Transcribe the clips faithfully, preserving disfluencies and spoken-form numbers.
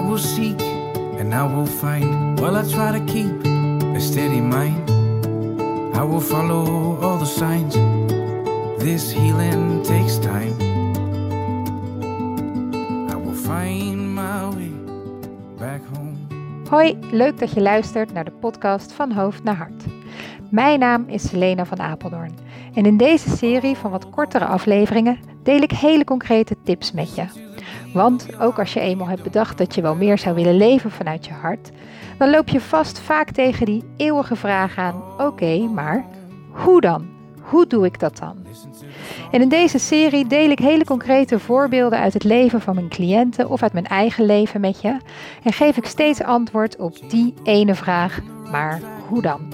will seek and I will find. While I try to keep a steady mind, I will follow all the signs. This healing takes time. I will find my way back home. Hoi, leuk dat je luistert naar de podcast Van Hoofd naar Hart. Mijn naam is Selena van Apeldoorn en in deze serie van wat kortere afleveringen deel ik hele concrete tips met je. Want ook als je eenmaal hebt bedacht dat je wel meer zou willen leven vanuit je hart, dan loop je vast vaak tegen die eeuwige vraag aan, oké, okay, maar hoe dan? Hoe doe ik dat dan? En in deze serie deel ik hele concrete voorbeelden uit het leven van mijn cliënten of uit mijn eigen leven met je en geef ik steeds antwoord op die ene vraag, maar hoe dan?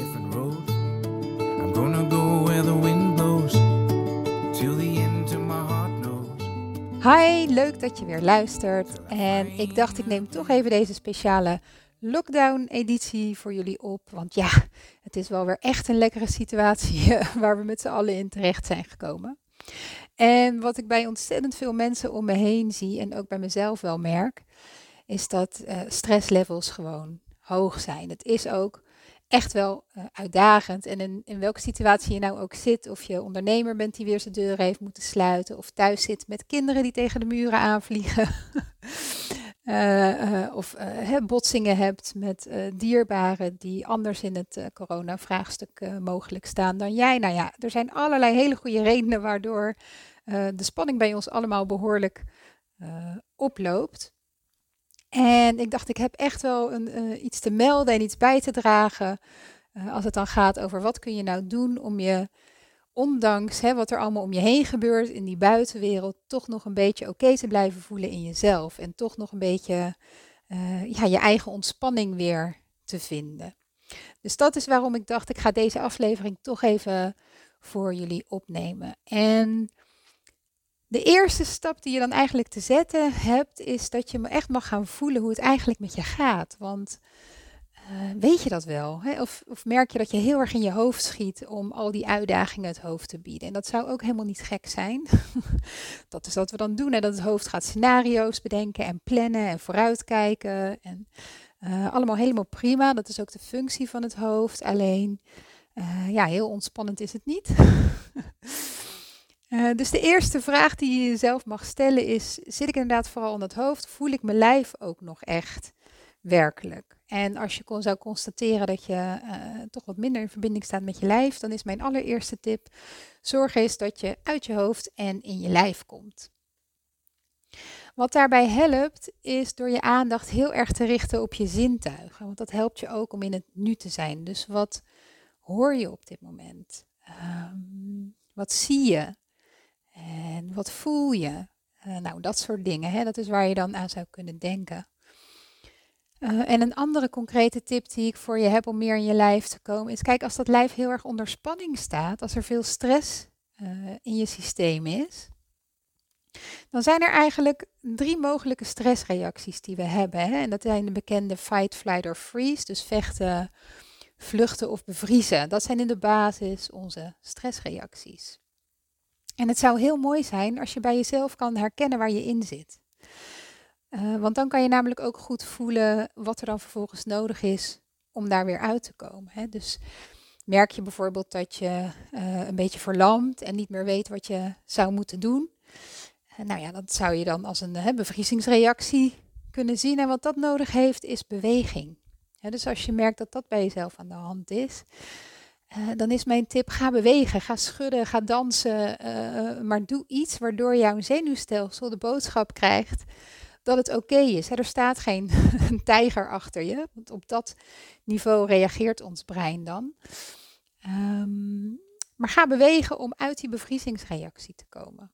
Hi, leuk dat je weer luistert en ik dacht ik neem toch even deze speciale lockdown-editie voor jullie op. Want ja, het is wel weer echt een lekkere situatie waar we met z'n allen in terecht zijn gekomen. En wat ik bij ontzettend veel mensen om me heen zie en ook bij mezelf wel merk, is dat uh, stresslevels gewoon hoog zijn. Het is ook echt wel uh, uitdagend. En in, in welke situatie je nou ook zit, of je ondernemer bent die weer zijn deuren heeft moeten sluiten, of thuis zit met kinderen die tegen de muren aanvliegen. Uh, uh, of uh, botsingen hebt met uh, dierbaren die anders in het uh, corona-vraagstuk uh, mogelijk staan dan jij. Nou ja, er zijn allerlei hele goede redenen waardoor uh, de spanning bij ons allemaal behoorlijk uh, oploopt. En ik dacht, ik heb echt wel een, uh, iets te melden en iets bij te dragen uh, als het dan gaat over wat kun je nou doen om je, ondanks hè, wat er allemaal om je heen gebeurt in die buitenwereld, toch nog een beetje oké te blijven voelen in jezelf. En toch nog een beetje uh, ja, je eigen ontspanning weer te vinden. Dus dat is waarom ik dacht, ik ga deze aflevering toch even voor jullie opnemen. En de eerste stap die je dan eigenlijk te zetten hebt, is dat je echt mag gaan voelen hoe het eigenlijk met je gaat. Want Uh, weet je dat wel? Hè? Of, of merk je dat je heel erg in je hoofd schiet om al die uitdagingen het hoofd te bieden? En dat zou ook helemaal niet gek zijn. Dat is wat we dan doen. Hè? Dat het hoofd gaat scenario's bedenken en plannen en vooruitkijken. En uh, allemaal helemaal prima. Dat is ook de functie van het hoofd. Alleen, uh, ja, heel ontspannend is het niet. Uh, dus de eerste vraag die je jezelf mag stellen is, zit ik inderdaad vooral in het hoofd? Voel ik mijn lijf ook nog echt werkelijk? En als je kon, zou constateren dat je uh, toch wat minder in verbinding staat met je lijf, dan is mijn allereerste tip, zorg eens dat je uit je hoofd en in je lijf komt. Wat daarbij helpt, is door je aandacht heel erg te richten op je zintuigen. Want dat helpt je ook om in het nu te zijn. Dus wat hoor je op dit moment? Um, wat zie je? En wat voel je? Uh, nou, dat soort dingen. Hè? Dat is waar je dan aan zou kunnen denken. Uh, en een andere concrete tip die ik voor je heb om meer in je lijf te komen, is kijk, als dat lijf heel erg onder spanning staat, als er veel stress uh, in je systeem is, dan zijn er eigenlijk drie mogelijke stressreacties die we hebben. Hè? En dat zijn de bekende fight, flight or freeze, dus vechten, vluchten of bevriezen. Dat zijn in de basis onze stressreacties. En het zou heel mooi zijn als je bij jezelf kan herkennen waar je in zit. Uh, want dan kan je namelijk ook goed voelen wat er dan vervolgens nodig is om daar weer uit te komen. Hè? Dus merk je bijvoorbeeld dat je uh, een beetje verlamt en niet meer weet wat je zou moeten doen. Uh, nou ja, dat zou je dan als een uh, bevriezingsreactie kunnen zien. En wat dat nodig heeft is beweging. Ja, dus als je merkt dat dat bij jezelf aan de hand is, uh, dan is mijn tip, ga bewegen, ga schudden, ga dansen. Uh, maar doe iets waardoor jouw zenuwstelsel de boodschap krijgt dat het oké okay is. Hè? Er staat geen tijger achter je, want op dat niveau reageert ons brein dan. Um, maar ga bewegen om uit die bevriezingsreactie te komen.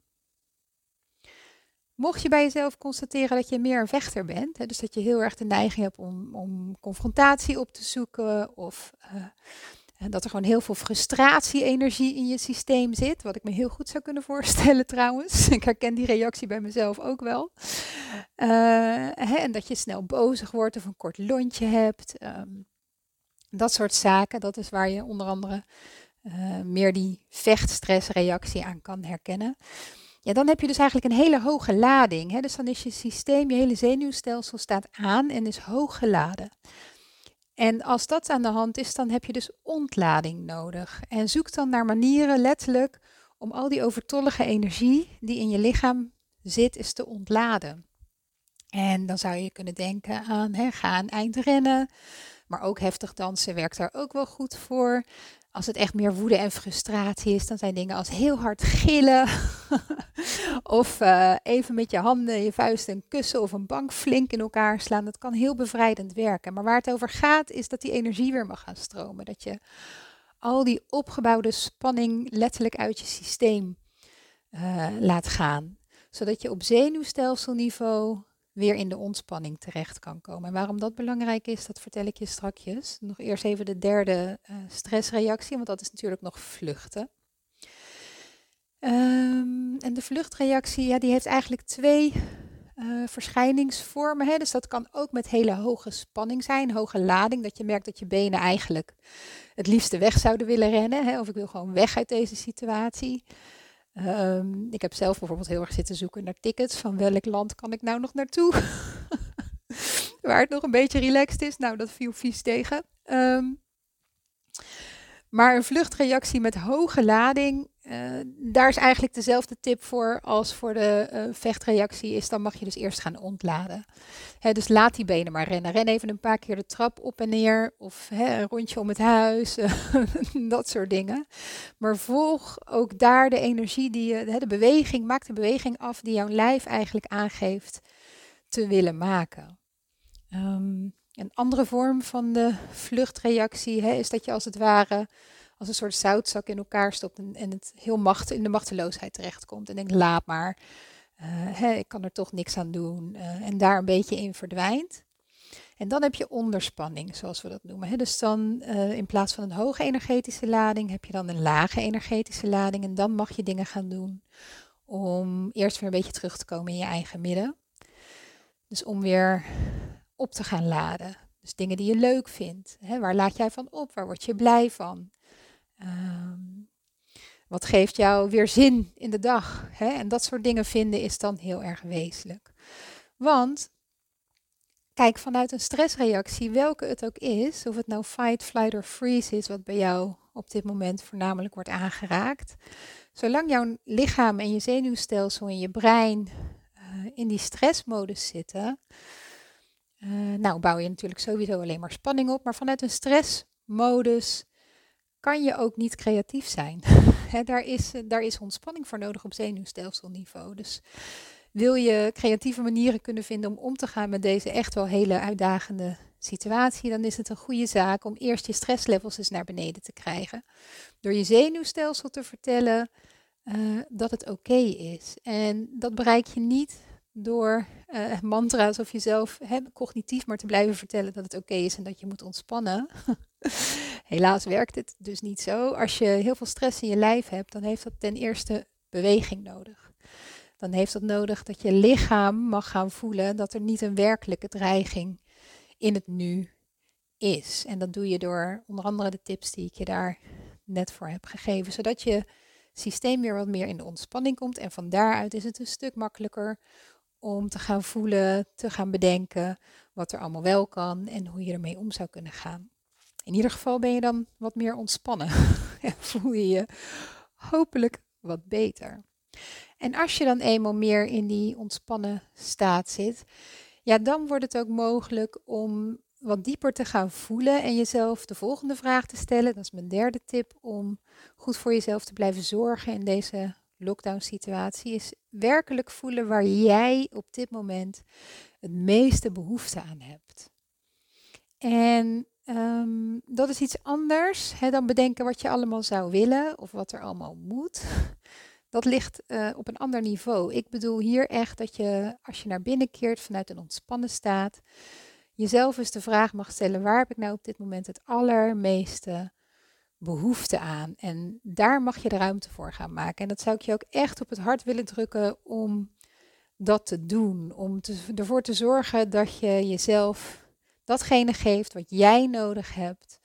Mocht je bij jezelf constateren dat je meer een vechter bent, hè, dus dat je heel erg de neiging hebt om, om confrontatie op te zoeken, of uh, dat er gewoon heel veel frustratie-energie in je systeem zit, wat ik me heel goed zou kunnen voorstellen trouwens. Ik herken die reactie bij mezelf ook wel. Uh, hè, en dat je snel bozig wordt of een kort lontje hebt. Um, dat soort zaken, dat is waar je onder andere uh, meer die vechtstressreactie aan kan herkennen. Ja, dan heb je dus eigenlijk een hele hoge lading. Hè? Dus dan is je systeem, je hele zenuwstelsel staat aan en is hoog geladen. En als dat aan de hand is, dan heb je dus ontlading nodig. En zoek dan naar manieren, letterlijk, om al die overtollige energie die in je lichaam zit, is te ontladen. En dan zou je kunnen denken aan, hè, ga een eind rennen. Maar ook heftig dansen werkt daar ook wel goed voor. Als het echt meer woede en frustratie is, dan zijn dingen als heel hard gillen. of uh, even met je handen, je vuisten een kussen of een bank flink in elkaar slaan. Dat kan heel bevrijdend werken. Maar waar het over gaat, is dat die energie weer mag gaan stromen. Dat je al die opgebouwde spanning letterlijk uit je systeem uh, laat gaan. Zodat je op zenuwstelselniveau weer in de ontspanning terecht kan komen. En waarom dat belangrijk is, dat vertel ik je strakjes. Nog eerst even de derde uh, stressreactie, want dat is natuurlijk nog vluchten. Um, en de vluchtreactie, ja, die heeft eigenlijk twee uh, verschijningsvormen. Hè? Dus dat kan ook met hele hoge spanning zijn, hoge lading. Dat je merkt dat je benen eigenlijk het liefste weg zouden willen rennen. Hè? Of ik wil gewoon weg uit deze situatie. Um, ik heb zelf bijvoorbeeld heel erg zitten zoeken naar tickets. Van welk land kan ik nou nog naartoe? Waar het nog een beetje relaxed is. Nou, dat viel vies tegen. Um, maar een vluchtreactie met hoge lading, uh, daar is eigenlijk dezelfde tip voor als voor de uh, vechtreactie is. Dan mag je dus eerst gaan ontladen. Hè, dus laat die benen maar rennen. Ren even een paar keer de trap op en neer. Of hè, een rondje om het huis. Dat soort dingen. Maar volg ook daar de energie die je, hè, de beweging, maak de beweging af die jouw lijf eigenlijk aangeeft te willen maken. Um, Een andere vorm van de vluchtreactie, hè, is dat je als het ware als een soort zoutzak in elkaar stopt en, en het heel macht, in de machteloosheid terechtkomt. En denkt, laat maar, uh, hè, ik kan er toch niks aan doen. Uh, en daar een beetje in verdwijnt. En dan heb je onderspanning, zoals we dat noemen. Hè. Dus dan uh, in plaats van een hoge energetische lading, heb je dan een lage energetische lading. En dan mag je dingen gaan doen om eerst weer een beetje terug te komen in je eigen midden. Dus om weer op te gaan laden. Dus dingen die je leuk vindt. Hè? Waar laat jij van op? Waar word je blij van? Um, wat geeft jou weer zin in de dag? Hè? En dat soort dingen vinden is dan heel erg wezenlijk. Want, kijk, vanuit een stressreactie, welke het ook is, of het nou fight, flight of freeze is, wat bij jou op dit moment voornamelijk wordt aangeraakt. Zolang jouw lichaam en je zenuwstelsel en je brein uh, in die stressmodus zitten, Uh, nou bouw je natuurlijk sowieso alleen maar spanning op, maar vanuit een stressmodus kan je ook niet creatief zijn. He, daar, is, daar is ontspanning voor nodig op zenuwstelselniveau. Dus wil je creatieve manieren kunnen vinden om om te gaan met deze echt wel hele uitdagende situatie, dan is het een goede zaak om eerst je stresslevels eens naar beneden te krijgen. Door je zenuwstelsel te vertellen uh, dat het oké okay is. En dat bereik je niet door uh, mantra's of jezelf hè, cognitief maar te blijven vertellen dat het oké okay is en dat je moet ontspannen. Helaas werkt het dus niet zo. Als je heel veel stress in je lijf hebt, dan heeft dat ten eerste beweging nodig. Dan heeft dat nodig dat je lichaam mag gaan voelen dat er niet een werkelijke dreiging in het nu is. En dat doe je door onder andere de tips die ik je daar net voor heb gegeven, zodat je systeem weer wat meer in de ontspanning komt. En van daaruit is het een stuk makkelijker om te gaan voelen, te gaan bedenken wat er allemaal wel kan en hoe je ermee om zou kunnen gaan. In ieder geval ben je dan wat meer ontspannen en voel je je hopelijk wat beter. En als je dan eenmaal meer in die ontspannen staat zit, ja, dan wordt het ook mogelijk om wat dieper te gaan voelen en jezelf de volgende vraag te stellen. Dat is mijn derde tip om goed voor jezelf te blijven zorgen in deze lockdown situatie, is werkelijk voelen waar jij op dit moment het meeste behoefte aan hebt. En um, dat is iets anders hè, dan bedenken wat je allemaal zou willen of wat er allemaal moet. Dat ligt uh, op een ander niveau. Ik bedoel hier echt dat je, als je naar binnen keert vanuit een ontspannen staat, jezelf eens de vraag mag stellen, waar heb ik nou op dit moment het allermeeste behoefte aan? En daar mag je de ruimte voor gaan maken. En dat zou ik je ook echt op het hart willen drukken om dat te doen. Om te, ervoor te zorgen dat je jezelf datgene geeft wat jij nodig hebt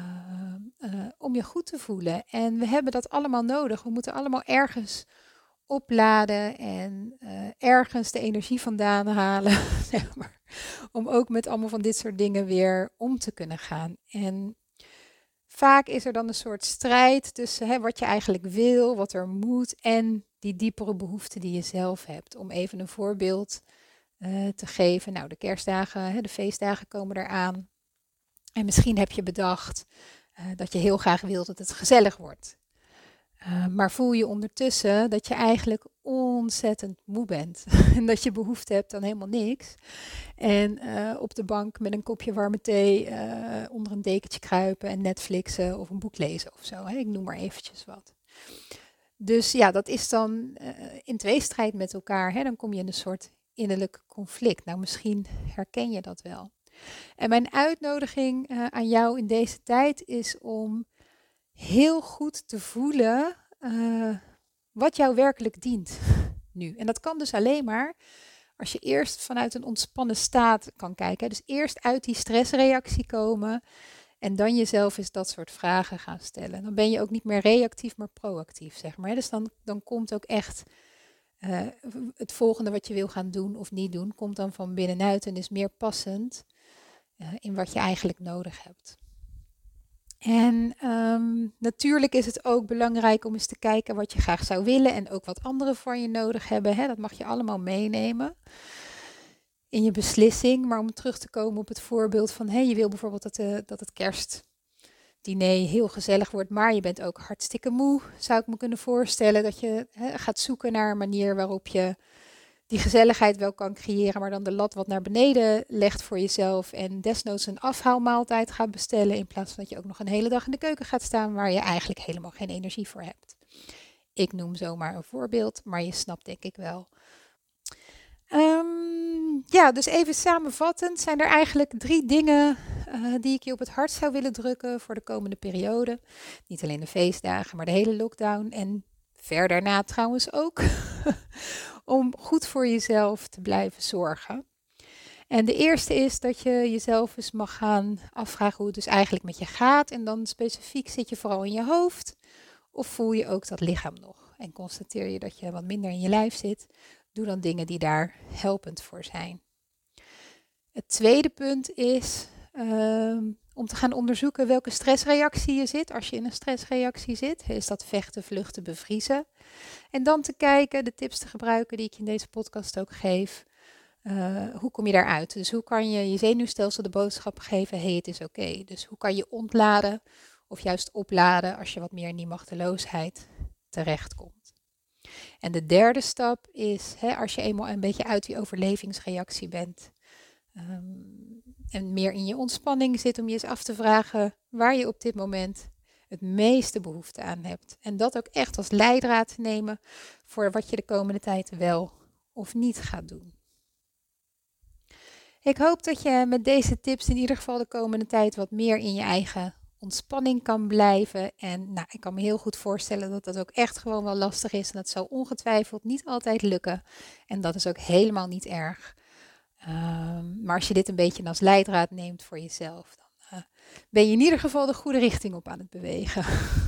uh, uh, om je goed te voelen. En we hebben dat allemaal nodig. We moeten allemaal ergens opladen en uh, ergens de energie vandaan halen, zeg maar, om ook met allemaal van dit soort dingen weer om te kunnen gaan. En vaak is er dan een soort strijd tussen hè, wat je eigenlijk wil, wat er moet en die diepere behoeften die je zelf hebt. Om even een voorbeeld uh, te geven. Nou, de kerstdagen, hè, de feestdagen komen eraan. En misschien heb je bedacht uh, dat je heel graag wilt dat het gezellig wordt. Uh, maar voel je ondertussen dat je eigenlijk ontzettend moe bent. En dat je behoefte hebt aan helemaal niks. En uh, op de bank met een kopje warme thee uh, onder een dekentje kruipen en Netflixen of een boek lezen of zo. Hè? Ik noem maar eventjes wat. Dus ja, dat is dan uh, in tweestrijd met elkaar. Hè? Dan kom je in een soort innerlijk conflict. Nou, misschien herken je dat wel. En mijn uitnodiging uh, aan jou in deze tijd is om heel goed te voelen uh, wat jou werkelijk dient nu. En dat kan dus alleen maar als je eerst vanuit een ontspannen staat kan kijken. Dus eerst uit die stressreactie komen en dan jezelf eens dat soort vragen gaan stellen. Dan ben je ook niet meer reactief, maar proactief, zeg maar. Dus dan, dan komt ook echt uh, het volgende wat je wil gaan doen of niet doen, komt dan van binnenuit en is meer passend uh, in wat je eigenlijk nodig hebt. En um, natuurlijk is het ook belangrijk om eens te kijken wat je graag zou willen en ook wat anderen van je nodig hebben. Hè? Dat mag je allemaal meenemen in je beslissing. Maar om terug te komen op het voorbeeld van, hey, je wil bijvoorbeeld dat, uh, dat het kerstdiner heel gezellig wordt, maar je bent ook hartstikke moe. Zou ik me kunnen voorstellen dat je hè, gaat zoeken naar een manier waarop je die gezelligheid wel kan creëren, maar dan de lat wat naar beneden legt voor jezelf en desnoods een afhaalmaaltijd gaat bestellen in plaats van dat je ook nog een hele dag in de keuken gaat staan waar je eigenlijk helemaal geen energie voor hebt. Ik noem zomaar een voorbeeld, maar je snapt denk ik wel. Um, ja, dus even samenvattend zijn er eigenlijk drie dingen uh, die ik je op het hart zou willen drukken voor de komende periode. Niet alleen de feestdagen, maar de hele lockdown en ver daarna trouwens ook. Om goed voor jezelf te blijven zorgen. En de eerste is dat je jezelf eens mag gaan afvragen hoe het dus eigenlijk met je gaat. En dan specifiek zit je vooral in je hoofd of voel je ook dat lichaam nog. En constateer je dat je wat minder in je lijf zit. Doe dan dingen die daar helpend voor zijn. Het tweede punt is uh, om te gaan onderzoeken welke stressreactie je zit. Als je in een stressreactie zit, is dat vechten, vluchten, bevriezen. En dan te kijken, de tips te gebruiken die ik in deze podcast ook geef. Uh, hoe kom je daaruit? Dus hoe kan je je zenuwstelsel de boodschap geven, hé, hey, het is oké. Okay. Dus hoe kan je ontladen of juist opladen als je wat meer in die machteloosheid terechtkomt. En de derde stap is, hè, als je eenmaal een beetje uit die overlevingsreactie bent um, en meer in je ontspanning zit, om je eens af te vragen waar je op dit moment het meeste behoefte aan hebt. En dat ook echt als leidraad te nemen voor wat je de komende tijd wel of niet gaat doen. Ik hoop dat je met deze tips in ieder geval de komende tijd wat meer in je eigen ontspanning kan blijven. En nou, ik kan me heel goed voorstellen dat dat ook echt gewoon wel lastig is. En dat zal ongetwijfeld niet altijd lukken. En dat is ook helemaal niet erg. Um, maar als je dit een beetje als leidraad neemt voor jezelf, dan uh, ben je in ieder geval de goede richting op aan het bewegen.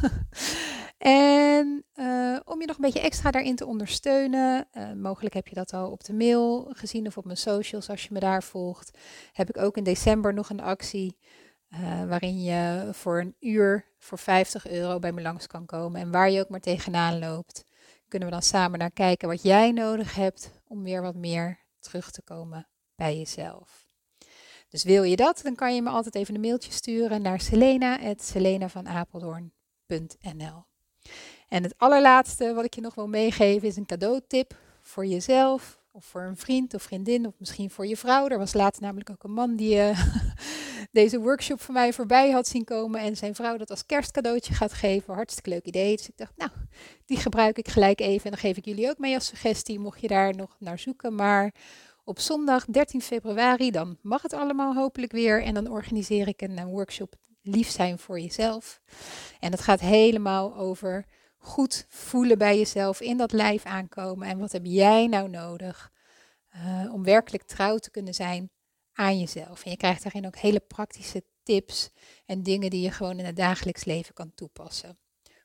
En uh, om je nog een beetje extra daarin te ondersteunen, uh, mogelijk heb je dat al op de mail gezien of op mijn socials als je me daar volgt, heb ik ook in december nog een actie uh, waarin je voor een uur voor vijftig euro bij me langs kan komen. En waar je ook maar tegenaan loopt, kunnen we dan samen naar kijken wat jij nodig hebt om weer wat meer terug te komen bij jezelf. Dus wil je dat, dan kan je me altijd even een mailtje sturen naar selena at selena van apeldoorn punt n l. En het allerlaatste wat ik je nog wil meegeven is een cadeautip voor jezelf of voor een vriend of vriendin of misschien voor je vrouw. Er was laatst namelijk ook een man die uh, deze workshop van mij voorbij had zien komen en zijn vrouw dat als kerstcadeautje gaat geven. Hartstikke leuk idee. Dus ik dacht, nou, die gebruik ik gelijk even en dan geef ik jullie ook mee als suggestie, mocht je daar nog naar zoeken. Maar op zondag dertien februari, dan mag het allemaal hopelijk weer en dan organiseer ik een, een workshop lief zijn voor jezelf. En dat gaat helemaal over goed voelen bij jezelf, in dat lijf aankomen. En wat heb jij nou nodig uh, om werkelijk trouw te kunnen zijn aan jezelf. En je krijgt daarin ook hele praktische tips en dingen die je gewoon in het dagelijks leven kan toepassen.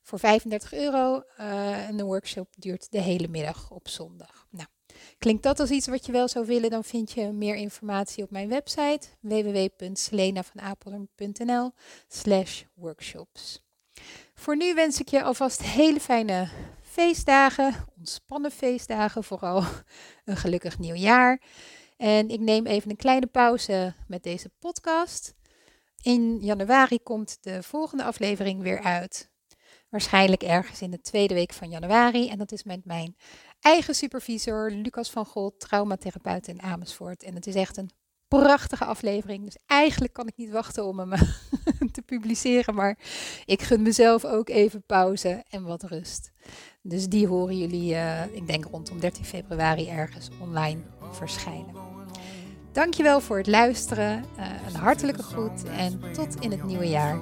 voor vijfendertig euro. Uh, en de workshop duurt de hele middag op zondag. Nou, klinkt dat als iets wat je wel zou willen, dan vind je meer informatie op mijn website w w w punt selenavanapeldoorn punt n l slash workshops. Voor nu wens ik je alvast hele fijne feestdagen, ontspannen feestdagen, vooral een gelukkig nieuwjaar. En ik neem even een kleine pauze met deze podcast. In januari komt de volgende aflevering weer uit. Waarschijnlijk ergens in de tweede week van januari. En dat is met mijn eigen supervisor, Lucas van Gool, traumatherapeut in Amersfoort. En het is echt een prachtige aflevering. Dus eigenlijk kan ik niet wachten om hem te publiceren. Maar ik gun mezelf ook even pauze en wat rust. Dus die horen jullie, uh, ik denk rondom dertien februari ergens online verschijnen. Dankjewel voor het luisteren. Uh, een hartelijke groet en tot in het nieuwe jaar.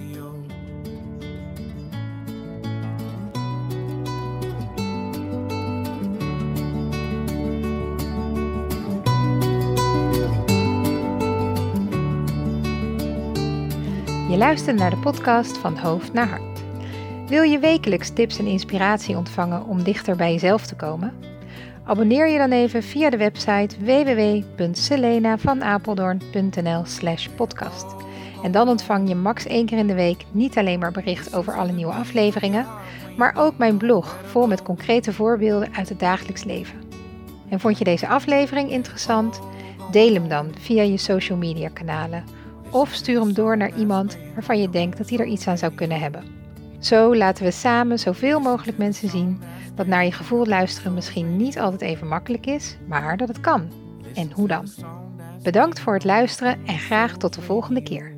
Je luistert naar de podcast Van Hoofd naar Hart. Wil je wekelijks tips en inspiratie ontvangen om dichter bij jezelf te komen? Abonneer je dan even via de website w w w punt selenavanapeldoorn punt n l slash podcast. En dan ontvang je max één keer in de week niet alleen maar bericht over alle nieuwe afleveringen, maar ook mijn blog vol met concrete voorbeelden uit het dagelijks leven. En vond je deze aflevering interessant? Deel hem dan via je social media kanalen. Of stuur hem door naar iemand waarvan je denkt dat hij er iets aan zou kunnen hebben. Zo laten we samen zoveel mogelijk mensen zien dat naar je gevoel luisteren misschien niet altijd even makkelijk is, maar dat het kan. En hoe dan? Bedankt voor het luisteren en graag tot de volgende keer.